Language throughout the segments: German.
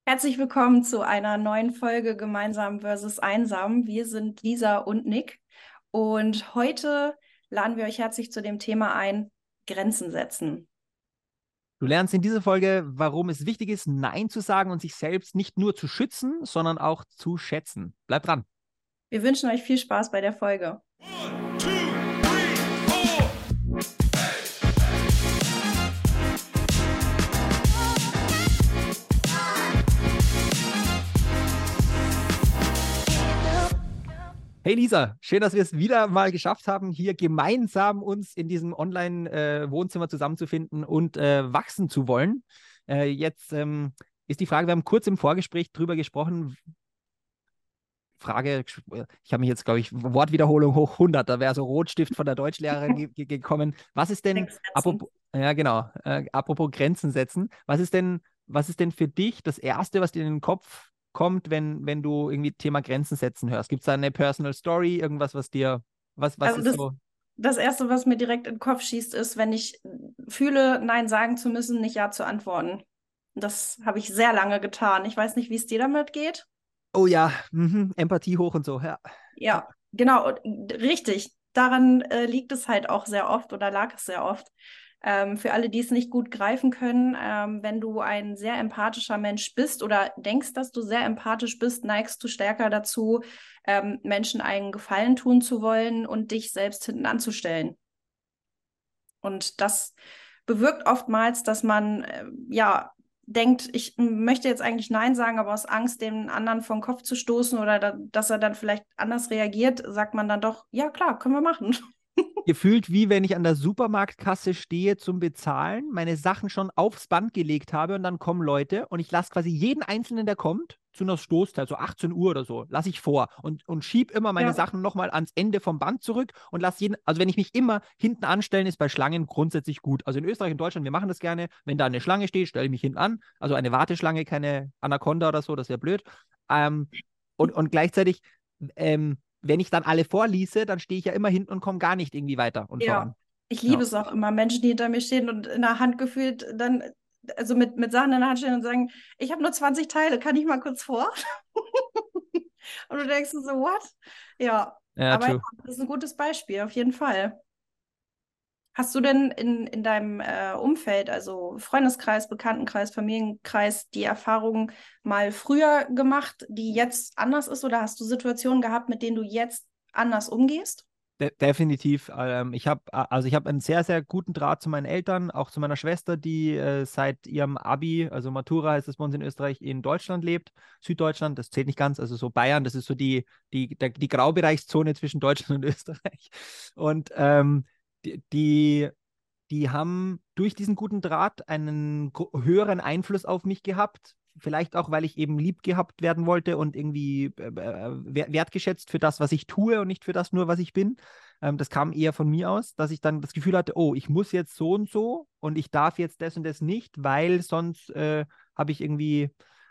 Herzlich willkommen zu einer neuen Folge Gemeinsam versus Einsam. Wir sind Lisa und Nick und heute laden wir euch herzlich zu dem Thema ein, Grenzen setzen. Du lernst in dieser Folge, warum es wichtig ist, Nein zu sagen und sich selbst nicht nur zu schützen, sondern auch zu schätzen. Bleib dran. Wir wünschen euch viel Spaß bei der Folge. One, two, three, four. Hey Lisa, schön, dass wir es wieder mal geschafft haben, hier gemeinsam uns in diesem Online-Wohnzimmer zusammenzufinden und wachsen zu wollen. Jetzt ist die Frage, wir haben kurz im Vorgespräch drüber gesprochen. Frage, ich habe mich jetzt, glaube ich, Wortwiederholung hoch 100, da wäre so Rotstift von der Deutschlehrerin gekommen. Was ist denn, Sex setzen. apropos, ja genau, apropos Grenzen setzen, was ist denn für dich das Erste, was dir in den Kopf kommt, wenn du irgendwie Thema Grenzen setzen hörst? Gibt es da eine Personal Story, irgendwas, was Also ist das, so? das Erste, was mir direkt in den Kopf schießt, ist, wenn ich fühle, Nein sagen zu müssen, nicht Ja zu antworten. Das habe ich sehr lange getan. Ich weiß nicht, wie es dir damit geht. Oh ja, Empathie hoch und so, ja. Ja. Ja, genau, richtig. Daran liegt es halt auch sehr oft oder lag es sehr oft. Für alle, die es nicht gut greifen können, wenn du ein sehr empathischer Mensch bist oder denkst, dass du sehr empathisch bist, neigst du stärker dazu, Menschen einen Gefallen tun zu wollen und dich selbst hinten anzustellen. Und das bewirkt oftmals, dass man ja denkt, ich möchte jetzt eigentlich Nein sagen, aber aus Angst, den anderen vor den Kopf zu stoßen oder dass er dann vielleicht anders reagiert, sagt man dann doch, ja klar, können wir machen. Gefühlt wie wenn ich an der Supermarktkasse stehe zum Bezahlen, meine Sachen schon aufs Band gelegt habe und dann kommen Leute und ich lasse quasi jeden Einzelnen, der kommt, zu einer Stoßzeit, so 18 Uhr oder so, lasse ich vor und schiebe immer meine Ja, Sachen nochmal ans Ende vom Band zurück und lasse jeden, also wenn ich mich immer hinten anstellen, ist bei Schlangen grundsätzlich gut. Also in Österreich und Deutschland, wir machen das gerne, wenn da eine Schlange steht, stelle ich mich hinten an, also eine Warteschlange, keine Anaconda oder so, das wäre blöd. Ähm, und gleichzeitig, wenn ich dann alle vorließe, dann stehe ich ja immer hinten und komme gar nicht irgendwie weiter und ja. voran. Ich Ja. liebe es auch immer, Menschen, die hinter mir stehen und in der Hand gefühlt dann, also mit Sachen in der Hand stehen und sagen, ich habe nur 20 Teile, kann ich mal kurz vor? Und du denkst so, what? Ja, Ja, aber ja, true. das ist ein gutes Beispiel, auf jeden Fall. Hast du denn in deinem Umfeld, also Freundeskreis, Bekanntenkreis, Familienkreis, die Erfahrung mal früher gemacht, die jetzt anders ist, oder hast du Situationen gehabt, mit denen du jetzt anders umgehst? Definitiv. Ich habe einen sehr, sehr guten Draht zu meinen Eltern, auch zu meiner Schwester, die seit ihrem Abi, also Matura heißt es bei uns in Österreich, in Deutschland lebt. Süddeutschland, das zählt nicht ganz, also so Bayern, das ist so die Graubereichszone zwischen Deutschland und Österreich. Und die, die die haben durch diesen guten Draht einen höheren Einfluss auf mich gehabt. Vielleicht auch, weil ich eben lieb gehabt werden wollte und irgendwie wertgeschätzt für das, was ich tue und nicht für das nur, was ich bin. Das kam eher von mir aus, dass ich dann das Gefühl hatte, oh, ich muss jetzt so und ich darf jetzt das und das nicht, weil sonst habe ich irgendwie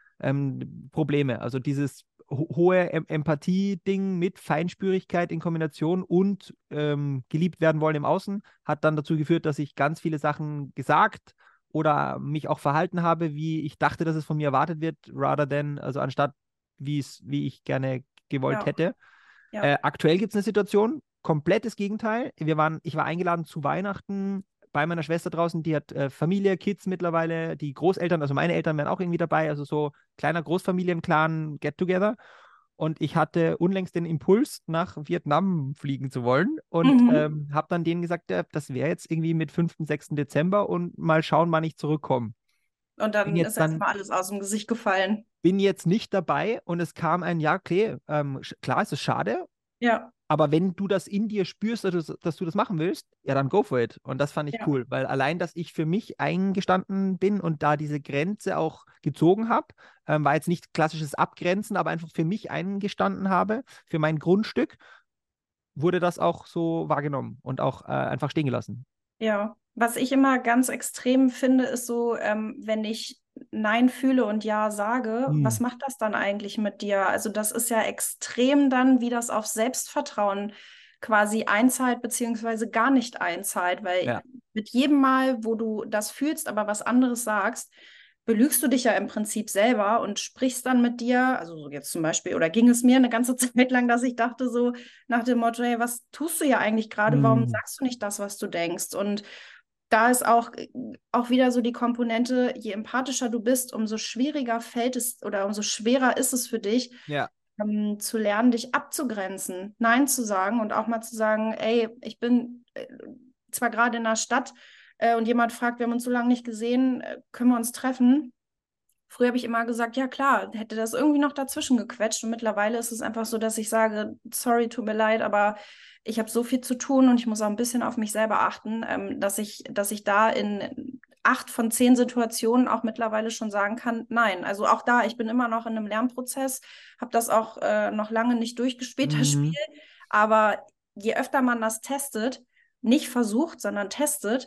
Probleme. Also dieses hohe Empathie-Ding mit Feinspürigkeit in Kombination und geliebt werden wollen im Außen hat dann dazu geführt, dass ich ganz viele Sachen gesagt oder mich auch verhalten habe, wie ich dachte, dass es von mir erwartet wird, rather than, also anstatt wie ich gerne gewollt Ja, hätte. ja. Aktuell gibt es eine Situation, komplettes Gegenteil. Ich war eingeladen zu Weihnachten bei meiner Schwester draußen, die hat Familie, Kids mittlerweile, die Großeltern, also meine Eltern wären auch irgendwie dabei, also so kleiner Großfamilienclan, Get-Together. Und ich hatte unlängst den Impuls, nach Vietnam fliegen zu wollen und Mhm. habe dann denen gesagt, das wäre jetzt irgendwie mit 5., 6. Dezember und mal schauen, wann ich zurückkomme. Und Bin dann ist jetzt dann erstmal alles aus dem Gesicht gefallen. bin jetzt nicht dabei und es kam ein, ja, okay, klar, es ist schade, Ja, aber wenn du das in dir spürst, dass du das machen willst, ja, dann go for it. Und das fand ich ja, cool, weil allein, dass ich für mich eingestanden bin und da diese Grenze auch gezogen habe, war jetzt nicht klassisches Abgrenzen, aber einfach für mich eingestanden habe, für mein Grundstück, wurde das auch so wahrgenommen und auch einfach stehen gelassen. ja. Was ich immer ganz extrem finde, ist so, wenn ich Nein fühle und Ja sage, was Hm. macht das dann eigentlich mit dir? Also das ist ja extrem dann, wie das auf Selbstvertrauen quasi einzahlt, beziehungsweise gar nicht einzahlt, weil Ja. mit jedem Mal, wo du das fühlst, aber was anderes sagst, belügst du dich ja im Prinzip selber und sprichst dann mit dir, also so jetzt zum Beispiel, oder ging es mir eine ganze Zeit lang, dass ich dachte so nach dem Motto, hey, was tust du ja eigentlich gerade? Warum Mhm. sagst du nicht das, was du denkst? Und da ist auch wieder so die Komponente, je empathischer du bist, umso schwieriger fällt es oder umso schwerer ist es für dich, Ja, zu lernen, dich abzugrenzen, Nein zu sagen und auch mal zu sagen, ey, ich bin zwar gerade in der Stadt und jemand fragt, wir haben uns so lange nicht gesehen, können wir uns treffen? Früher habe ich immer gesagt, ja klar, hätte das irgendwie noch dazwischen gequetscht und mittlerweile ist es einfach so, dass ich sage, sorry, tut mir leid, aber ich habe so viel zu tun und ich muss auch ein bisschen auf mich selber achten, dass ich da in 8 von 10 Situationen auch mittlerweile schon sagen kann, nein. Also auch da, ich bin immer noch in einem Lernprozess, habe das auch noch lange nicht durchgespielt, das Spiel, mhm. aber je öfter man das testet, nicht versucht, sondern testet,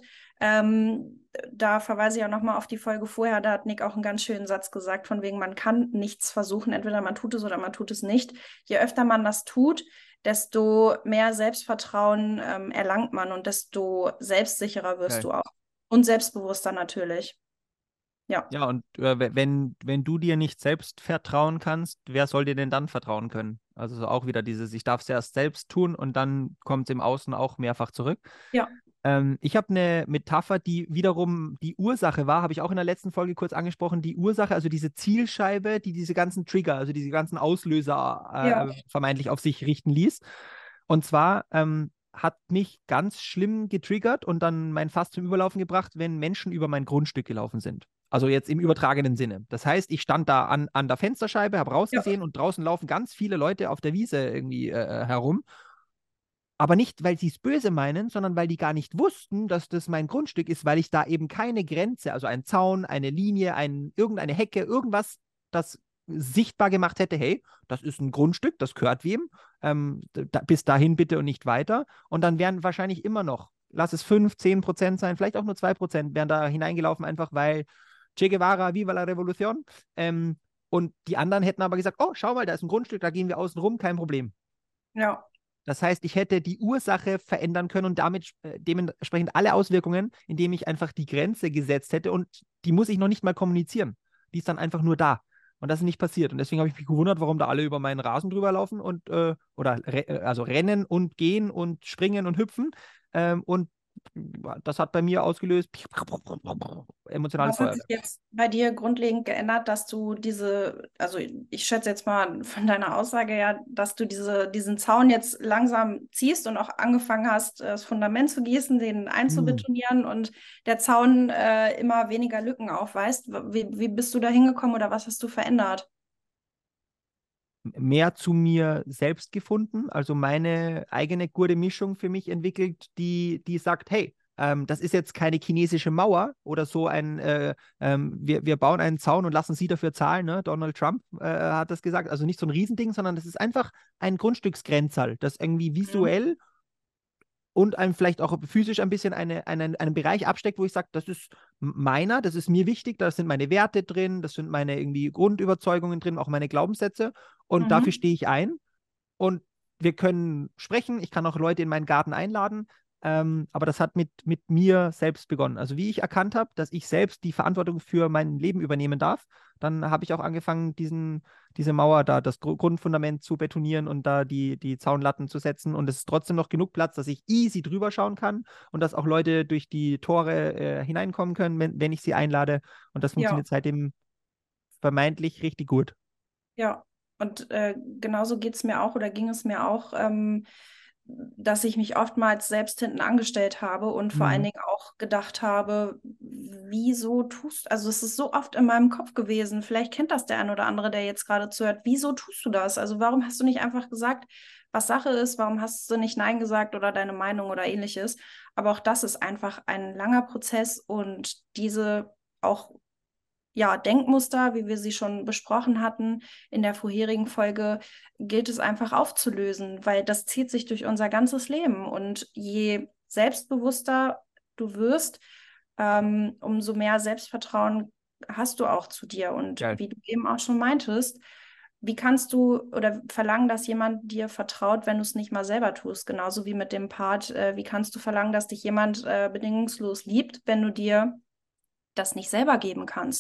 da verweise ich auch nochmal auf die Folge vorher, da hat Nick auch einen ganz schönen Satz gesagt, von wegen, man kann nichts versuchen, entweder man tut es oder man tut es nicht. Je öfter man das tut, desto mehr Selbstvertrauen erlangt man und desto selbstsicherer wirst Geil. du auch. Und selbstbewusster natürlich. Ja, Ja, und wenn du dir nicht selbst vertrauen kannst, wer soll dir denn dann vertrauen können? Also so auch wieder dieses, ich darf es erst selbst tun und dann kommt es im Außen auch mehrfach zurück. ja, Ich habe eine Metapher, die wiederum die Ursache war, habe ich auch in der letzten Folge kurz angesprochen, die Ursache, also diese Zielscheibe, die diese ganzen Trigger, also diese ganzen ja, Auslöser vermeintlich auf sich richten ließ. Und zwar hat mich ganz schlimm getriggert und dann mein Fass zum Überlaufen gebracht, wenn Menschen über mein Grundstück gelaufen sind. Also jetzt im übertragenen Sinne. Das heißt, ich stand da an der Fensterscheibe, habe ja. rausgesehen und draußen laufen ganz viele Leute auf der Wiese irgendwie herum. Aber nicht, weil sie es böse meinen, sondern weil die gar nicht wussten, dass das mein Grundstück ist, weil ich da eben keine Grenze, also einen Zaun, eine Linie, irgendeine Hecke, irgendwas, das sichtbar gemacht hätte, hey, das ist ein Grundstück, das gehört wem, bis dahin bitte und nicht weiter. Und dann wären wahrscheinlich immer noch, lass es 5, 10% sein, vielleicht auch nur 2%, wären da hineingelaufen, einfach weil Che Guevara, Viva la Revolution. Und die anderen hätten aber gesagt, oh, schau mal, da ist ein Grundstück, da gehen wir außen rum, kein Problem. Ja. Das heißt, ich hätte die Ursache verändern können und damit dementsprechend alle Auswirkungen, indem ich einfach die Grenze gesetzt hätte und die muss ich noch nicht mal kommunizieren. Die ist dann einfach nur da. Und das ist nicht passiert. Und deswegen habe ich mich gewundert, warum da alle über meinen Rasen drüber laufen und also rennen und gehen und springen und hüpfen. Und das hat bei mir ausgelöst emotionales Was hat sich Feuerwerk. jetzt bei dir grundlegend geändert, dass du also ich schätze jetzt mal von deiner Aussage her, dass du diesen Zaun jetzt langsam ziehst und auch angefangen hast, das Fundament zu gießen, den Hm. einzubetonieren und der Zaun immer weniger Lücken aufweist. Wie bist du da hingekommen oder was hast du verändert? Mehr zu mir selbst gefunden, also meine eigene gute Mischung für mich entwickelt, die sagt, hey, das ist jetzt keine chinesische Mauer oder so wir bauen einen Zaun und lassen Sie dafür zahlen, ne? Donald Trump hat das gesagt, also nicht so ein Riesending, sondern das ist einfach ein Grundstücksgrenzerl, das irgendwie Mhm. visuell und einem vielleicht auch physisch ein bisschen einen Bereich absteckt, wo ich sage, das ist meiner, das ist mir wichtig, da sind meine Werte drin, das sind meine irgendwie Grundüberzeugungen drin, auch meine Glaubenssätze und dafür Mhm. stehe ich ein und wir können sprechen, ich kann auch Leute in meinen Garten einladen, aber das hat mit mir selbst begonnen. Also wie ich erkannt habe, dass ich selbst die Verantwortung für mein Leben übernehmen darf, dann habe ich auch angefangen, diese Mauer da, das Grundfundament zu betonieren und da die Zaunlatten zu setzen. Und es ist trotzdem noch genug Platz, dass ich easy drüber schauen kann und dass auch Leute durch die Tore hineinkommen können, wenn ich sie einlade. Und das Ja. funktioniert seitdem vermeintlich richtig gut. Ja, und genauso geht es mir auch oder ging es mir auch, dass ich mich oftmals selbst hinten angestellt habe und vor allen Mhm. Dingen auch gedacht habe, wieso tust, also es ist so oft in meinem Kopf gewesen, vielleicht kennt das der ein oder andere, der jetzt gerade zuhört, wieso tust du das? Also warum hast du nicht einfach gesagt, was Sache ist, warum hast du nicht Nein gesagt oder deine Meinung oder ähnliches? Aber auch das ist einfach ein langer Prozess und diese auch ja, Denkmuster, wie wir sie schon besprochen hatten in der vorherigen Folge, gilt es einfach aufzulösen, weil das zieht sich durch unser ganzes Leben. Und je selbstbewusster du wirst, umso mehr Selbstvertrauen hast du auch zu dir. Und Geil. wie du eben auch schon meintest, wie kannst du oder verlangen, dass jemand dir vertraut, wenn du es nicht mal selber tust? Genauso wie mit dem Part, wie kannst du verlangen, dass dich jemand bedingungslos liebt, wenn du dir das nicht selber geben kannst.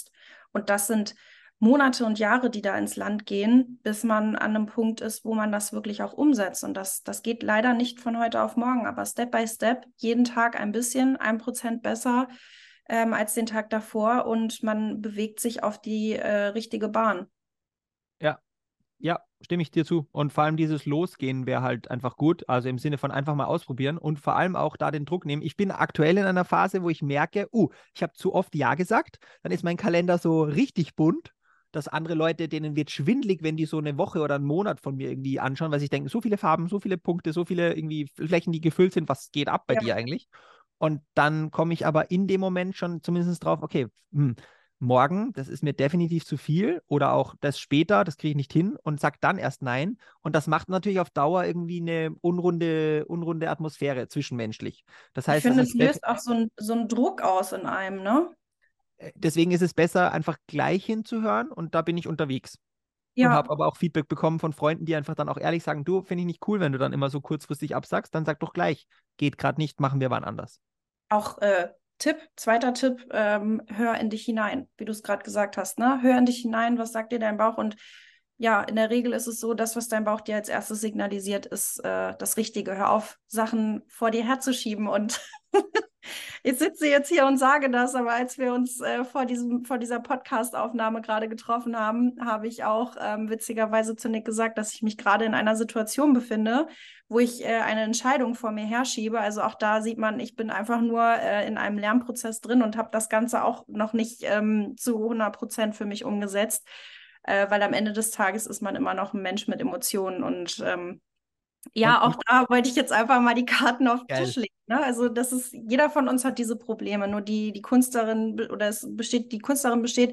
Und das sind Monate und Jahre, die da ins Land gehen, bis man an einem Punkt ist, wo man das wirklich auch umsetzt. Und das geht leider nicht von heute auf morgen, aber Step by Step, jeden Tag ein bisschen, 1% besser als den Tag davor und man bewegt sich auf die richtige Bahn. Ja, ja, stimme ich dir zu. Und vor allem dieses Losgehen wäre halt einfach gut. Also im Sinne von einfach mal ausprobieren und vor allem auch da den Druck nehmen. Ich bin aktuell in einer Phase, wo ich merke, ich habe zu oft Ja gesagt. Dann ist mein Kalender so richtig bunt, dass andere Leute, denen wird schwindelig, wenn die so eine Woche oder einen Monat von mir irgendwie anschauen, weil sie denken, so viele Farben, so viele Punkte, so viele irgendwie Flächen, die gefüllt sind. Was geht ab bei Ja. dir eigentlich? Und dann komme ich aber in dem Moment schon zumindest drauf, okay, morgen, das ist mir definitiv zu viel oder auch das später, das kriege ich nicht hin und sage dann erst nein. Und das macht natürlich auf Dauer irgendwie eine unrunde Atmosphäre zwischenmenschlich. Das Ich heißt, finde, es löst auch so einen Druck aus in einem, ne? deswegen ist es besser, einfach gleich hinzuhören und da bin ich unterwegs. Und Ja, habe aber auch Feedback bekommen von Freunden, die einfach dann auch ehrlich sagen, du, finde ich nicht cool, wenn du dann immer so kurzfristig absagst, dann sag doch gleich, geht gerade nicht, machen wir wann anders. auch zweiter Tipp, hör in dich hinein, wie du es gerade gesagt hast, ne? Hör in dich hinein, was sagt dir dein Bauch? Und ja, in der Regel ist es so, das, was dein Bauch dir als erstes signalisiert, ist das Richtige. Hör auf, Sachen vor dir herzuschieben. Und ich sitze jetzt hier und sage das, aber als wir uns vor dieser Podcast-Aufnahme gerade getroffen haben, habe ich auch witzigerweise zu Nick gesagt, dass ich mich gerade in einer Situation befinde, wo ich eine Entscheidung vor mir herschiebe. Also auch da sieht man, ich bin einfach nur in einem Lernprozess drin und habe das Ganze auch noch nicht zu 100% für mich umgesetzt, weil am Ende des Tages ist man immer noch ein Mensch mit Emotionen und ja, auch Und da wollte ich jetzt einfach mal die Karten auf den geil. Tisch legen. Ne? Also das ist, jeder von uns hat diese Probleme. Nur die Kunst darin, oder die Kunst darin besteht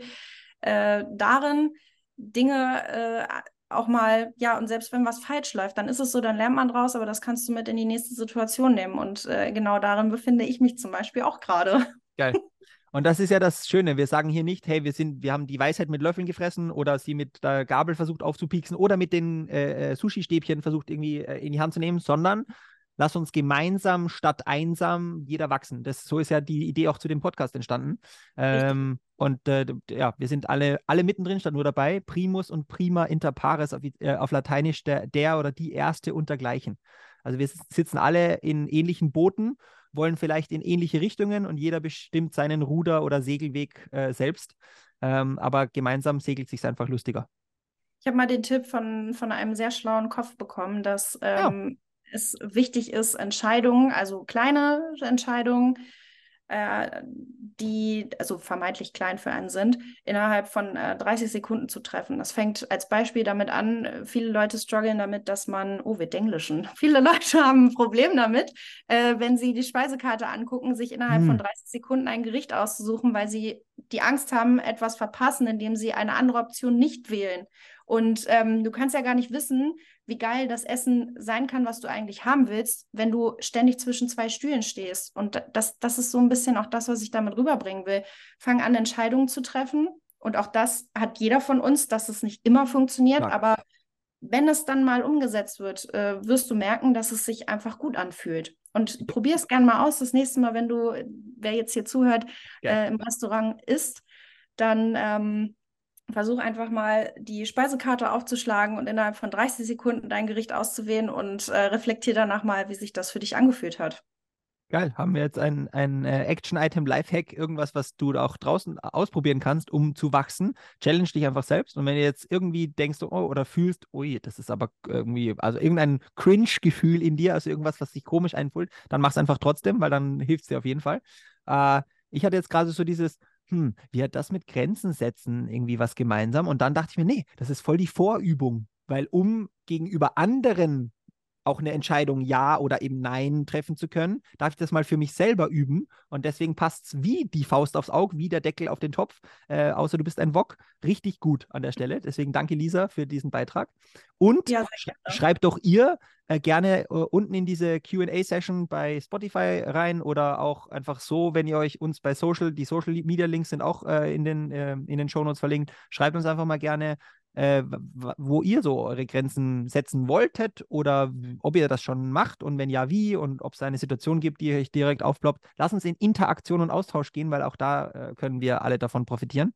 darin, Dinge auch mal, ja, und selbst wenn was falsch läuft, dann ist es so, dann lernt man draus, aber das kannst du mit in die nächste Situation nehmen. Und genau darin befinde ich mich zum Beispiel auch gerade. Geil. Und das ist ja das Schöne. Wir sagen hier nicht, hey, wir haben die Weisheit mit Löffeln gefressen oder sie mit der Gabel versucht aufzupieksen oder mit den Sushi-Stäbchen versucht irgendwie in die Hand zu nehmen, sondern lass uns gemeinsam statt einsam jeder wachsen. So ist ja die Idee auch zu dem Podcast entstanden. Richtig. Ja, wir sind alle mittendrin, statt nur dabei. Primus und prima inter pares auf Lateinisch der oder die Erste untergleichen. Also wir sitzen alle in ähnlichen Booten, wollen vielleicht in ähnliche Richtungen und jeder bestimmt seinen Ruder- oder Segelweg selbst. Aber gemeinsam segelt es sich einfach lustiger. Ich habe mal den Tipp von einem sehr schlauen Kopf bekommen, dass Ja, es wichtig ist, Entscheidungen, also kleine Entscheidungen, die also vermeintlich klein für einen sind, innerhalb von 30 Sekunden zu treffen. Das fängt als Beispiel damit an, viele Leute strugglen damit, dass man, oh, wir Denglischen, viele Leute haben ein Problem damit, wenn sie die Speisekarte angucken, sich innerhalb von 30 Sekunden ein Gericht auszusuchen, weil sie die Angst haben, etwas verpassen, indem sie eine andere Option nicht wählen. Und du kannst ja gar nicht wissen, wie geil das Essen sein kann, was du eigentlich haben willst, wenn du ständig zwischen zwei Stühlen stehst. Und das ist so ein bisschen auch das, was ich damit rüberbringen will. Fang an, Entscheidungen zu treffen. Und auch das hat jeder von uns, dass es nicht immer funktioniert. stark. Aber wenn es dann mal umgesetzt wird, wirst du merken, dass es sich einfach gut anfühlt. Und probier es gerne mal aus. Das nächste Mal, wenn du, wer jetzt hier zuhört, Geil. im Restaurant isst, dann versuch einfach mal die Speisekarte aufzuschlagen und innerhalb von 30 Sekunden dein Gericht auszuwählen und reflektier danach mal, wie sich das für dich angefühlt hat. Geil. Haben wir jetzt ein Action-Item, Lifehack, irgendwas, was du auch draußen ausprobieren kannst, um zu wachsen. Challenge dich einfach selbst. Und wenn du jetzt irgendwie denkst oder fühlst, ui, das ist aber irgendwie, also irgendein Cringe-Gefühl in dir, also irgendwas, was sich komisch einfühlt, dann mach es einfach trotzdem, weil dann hilft es dir auf jeden Fall. Ich hatte jetzt gerade so dieses, wie hat das mit Grenzen setzen irgendwie was gemeinsam? Und dann dachte ich mir, nee, das ist voll die Vorübung, weil um gegenüber anderen auch eine Entscheidung Ja oder eben Nein treffen zu können, darf ich das mal für mich selber üben. Und deswegen passt es wie die Faust aufs Auge, wie der Deckel auf den Topf, außer du bist ein Wok, richtig gut an der Stelle. Deswegen danke, Lisa, für diesen Beitrag. Und Ja, sehr gerne. schreibt doch ihr gerne unten in diese Q&A-Session bei Spotify rein oder auch einfach so, wenn ihr euch uns bei die Social-Media-Links sind auch in den Shownotes verlinkt. Schreibt uns einfach mal gerne, wo ihr so eure Grenzen setzen wolltet oder ob ihr das schon macht und wenn ja, wie und ob es eine Situation gibt, die euch direkt aufploppt. Lasst uns in Interaktion und Austausch gehen, weil auch da können wir alle davon profitieren.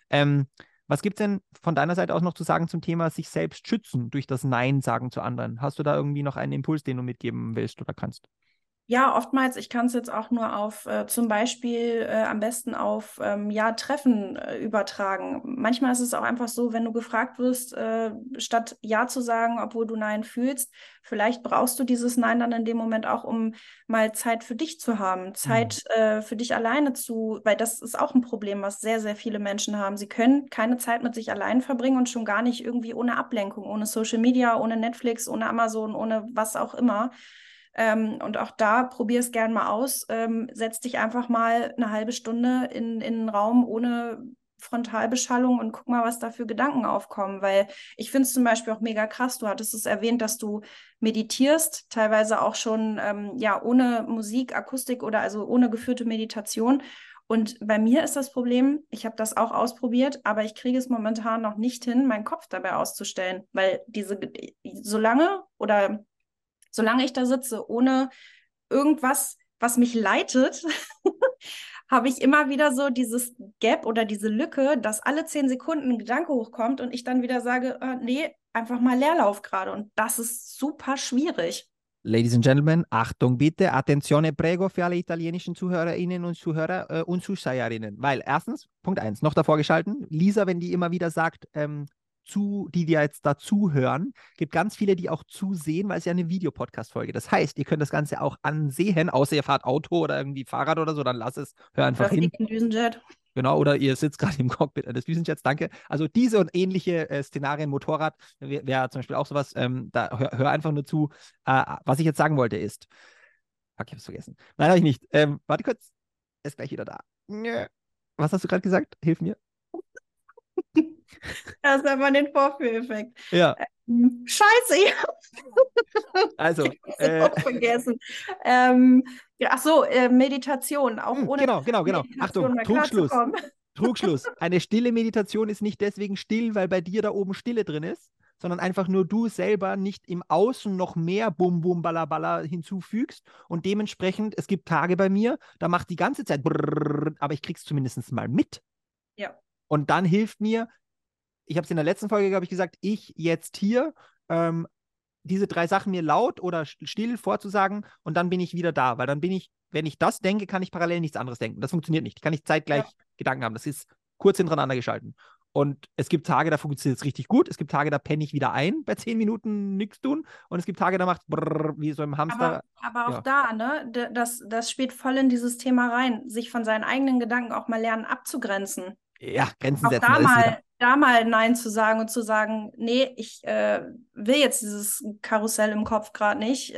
Was gibt es denn von deiner Seite aus noch zu sagen zum Thema sich selbst schützen durch das Nein sagen zu anderen? Hast du da irgendwie noch einen Impuls, den du mitgeben willst oder kannst? Ja, oftmals, ich kann es jetzt auch nur auf zum Beispiel am besten auf ja, Treffen übertragen. Manchmal ist es auch einfach so, wenn du gefragt wirst, statt Ja zu sagen, obwohl du Nein fühlst, vielleicht brauchst du dieses Nein dann in dem Moment auch, um mal Zeit für dich zu haben, Zeit für dich alleine zu, weil das ist auch ein Problem, was sehr, sehr viele Menschen haben. Sie können keine Zeit mit sich allein verbringen und schon gar nicht irgendwie ohne Ablenkung, ohne Social Media, ohne Netflix, ohne Amazon, ohne was auch immer. Und auch da probier es gern mal aus. Setz dich einfach mal eine halbe Stunde in einen Raum ohne Frontalbeschallung und guck mal, was da für Gedanken aufkommen. Weil ich finde es zum Beispiel auch mega krass. Du hattest es erwähnt, dass du meditierst, teilweise auch schon ja ohne Musik, Akustik oder also ohne geführte Meditation. Und bei mir ist das Problem, ich habe das auch ausprobiert, aber ich kriege es momentan noch nicht hin, meinen Kopf dabei auszustellen, weil solange oder solange ich da sitze, ohne irgendwas, was mich leitet, habe ich immer wieder so dieses Gap oder diese Lücke, dass alle 10 Sekunden ein Gedanke hochkommt und ich dann wieder sage, nee, einfach mal Leerlauf gerade. Und das ist super schwierig. Ladies and Gentlemen, Achtung bitte, Attenzione prego für alle italienischen Zuhörerinnen und Zuhörer und Zuschauerinnen. Weil erstens, Punkt 1, noch davor geschalten, Lisa, wenn die immer wieder sagt, die jetzt dazu hören, gibt ganz viele, die auch zusehen, weil es ja eine Videopodcast-Folge. Das heißt, ihr könnt das Ganze auch ansehen, außer ihr fahrt Auto oder irgendwie Fahrrad oder so, dann lasst es, hör einfach Das hin. liegt ein Düsenjet. Genau, oder ihr sitzt gerade im Cockpit eines Düsenjets, danke. Also diese und ähnliche Szenarien, Motorrad, wäre zum Beispiel auch sowas, da hör einfach nur zu. Was ich jetzt sagen wollte ist, fuck, ich hab's vergessen. Nein, habe ich nicht. Warte kurz, ist gleich wieder da. Nö. Was hast du gerade gesagt? Hilf mir. Das ist einfach den Vorführeffekt. Ja, Scheiße, ich also, hab's auch vergessen. Ja, ach so, Meditation, auch ohne genau. Achtung, Meditation mal Trugschluss. klarzukommen. Trugschluss. Eine stille Meditation ist nicht deswegen still, weil bei dir da oben Stille drin ist, sondern einfach nur du selber nicht im Außen noch mehr Bum Bum Balla hinzufügst und dementsprechend, es gibt Tage bei mir, da macht die ganze Zeit brrrr, aber ich krieg's zumindest mal mit. Ja. Und dann hilft mir, ich habe es in der letzten Folge, glaube ich, gesagt, ich jetzt hier diese 3 Sachen mir laut oder still vorzusagen und dann bin ich wieder da, weil dann bin ich, wenn ich das denke, kann ich parallel nichts anderes denken. Das funktioniert nicht. Ich kann nicht zeitgleich Gedanken haben. Das ist kurz hintereinander geschalten. Und es gibt Tage, da funktioniert es richtig gut. Es gibt Tage, da penne ich wieder ein bei 10 Minuten nichts tun. Und es gibt Tage, da macht es wie so im Hamster. Aber auch Ja. da, ne, das spielt voll in dieses Thema rein, sich von seinen eigenen Gedanken auch mal lernen abzugrenzen. Ja, Grenzen Auch setzen, da ist wieder. da mal Nein zu sagen und zu sagen, nee, ich will jetzt dieses Karussell im Kopf gerade nicht.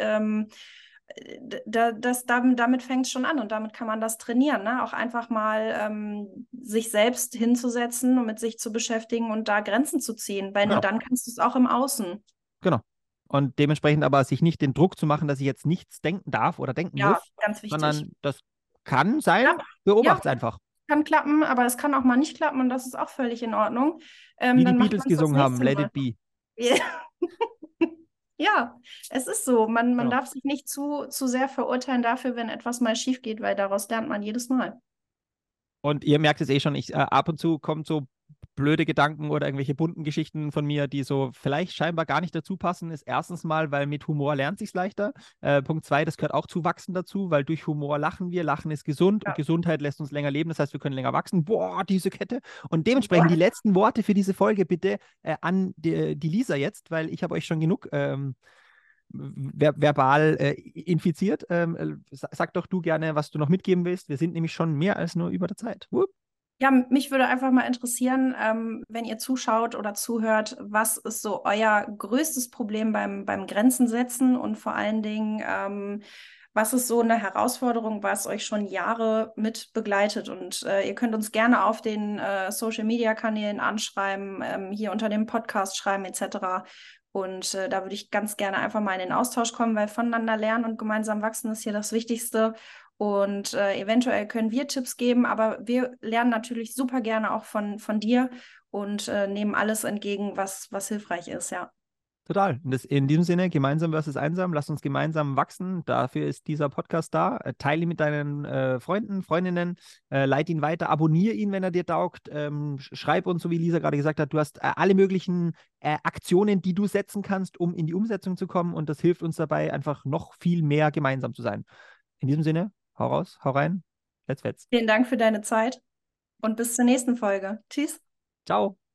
Damit fängt es schon an und damit kann man das trainieren, ne? Auch einfach mal sich selbst hinzusetzen und mit sich zu beschäftigen und da Grenzen zu ziehen, weil nur Genau. dann kannst du es auch im Außen. Genau. Und dementsprechend aber sich nicht den Druck zu machen, dass ich jetzt nichts denken darf oder denken Ja, muss, ganz wichtig. sondern das kann sein, Ja, beobachte es ja, einfach. kann klappen, aber es kann auch mal nicht klappen und das ist auch völlig in Ordnung. Wie die Dann macht Beatles man es das gesungen haben, nächste Let Mal. it be. Ja, es ist so. Man Genau. darf sich nicht zu sehr verurteilen dafür, wenn etwas mal schief geht, weil daraus lernt man jedes Mal. Und ihr merkt es eh schon, ab und zu kommen so blöde Gedanken oder irgendwelche bunten Geschichten von mir, die so vielleicht scheinbar gar nicht dazu passen, ist erstens mal, weil mit Humor lernt sich's leichter. Punkt 2, das gehört auch zu Wachsen dazu, weil durch Humor lachen wir. Lachen ist gesund und Ja. Gesundheit lässt uns länger leben. Das heißt, wir können länger wachsen. Boah, diese Kette. Und dementsprechend die letzten Worte für diese Folge bitte an die Lisa jetzt, weil ich habe euch schon genug verbal infiziert. Sag doch du gerne, was du noch mitgeben willst. Wir sind nämlich schon mehr als nur über der Zeit. Ja, mich würde einfach mal interessieren, wenn ihr zuschaut oder zuhört, was ist so euer größtes Problem beim Grenzen setzen und vor allen Dingen, was ist so eine Herausforderung, was euch schon Jahre mit begleitet? Und ihr könnt uns gerne auf den Social-Media-Kanälen anschreiben, hier unter dem Podcast schreiben etc. Und da würde ich ganz gerne einfach mal in den Austausch kommen, weil voneinander lernen und gemeinsam wachsen ist hier das Wichtigste. Und eventuell können wir Tipps geben, aber wir lernen natürlich super gerne auch von dir und nehmen alles entgegen, was hilfreich ist, ja. Total. Und in diesem Sinne, gemeinsam versus einsam, lass uns gemeinsam wachsen. Dafür ist dieser Podcast da. Teile ihn mit deinen Freunden, Freundinnen, leite ihn weiter, abonniere ihn, wenn er dir taugt. Schreib uns, so wie Lisa gerade gesagt hat, du hast alle möglichen Aktionen, die du setzen kannst, um in die Umsetzung zu kommen. Und das hilft uns dabei, einfach noch viel mehr gemeinsam zu sein. In diesem Sinne, hau raus, hau rein. Let's fetz. Vielen Dank für deine Zeit und bis zur nächsten Folge. Tschüss. Ciao.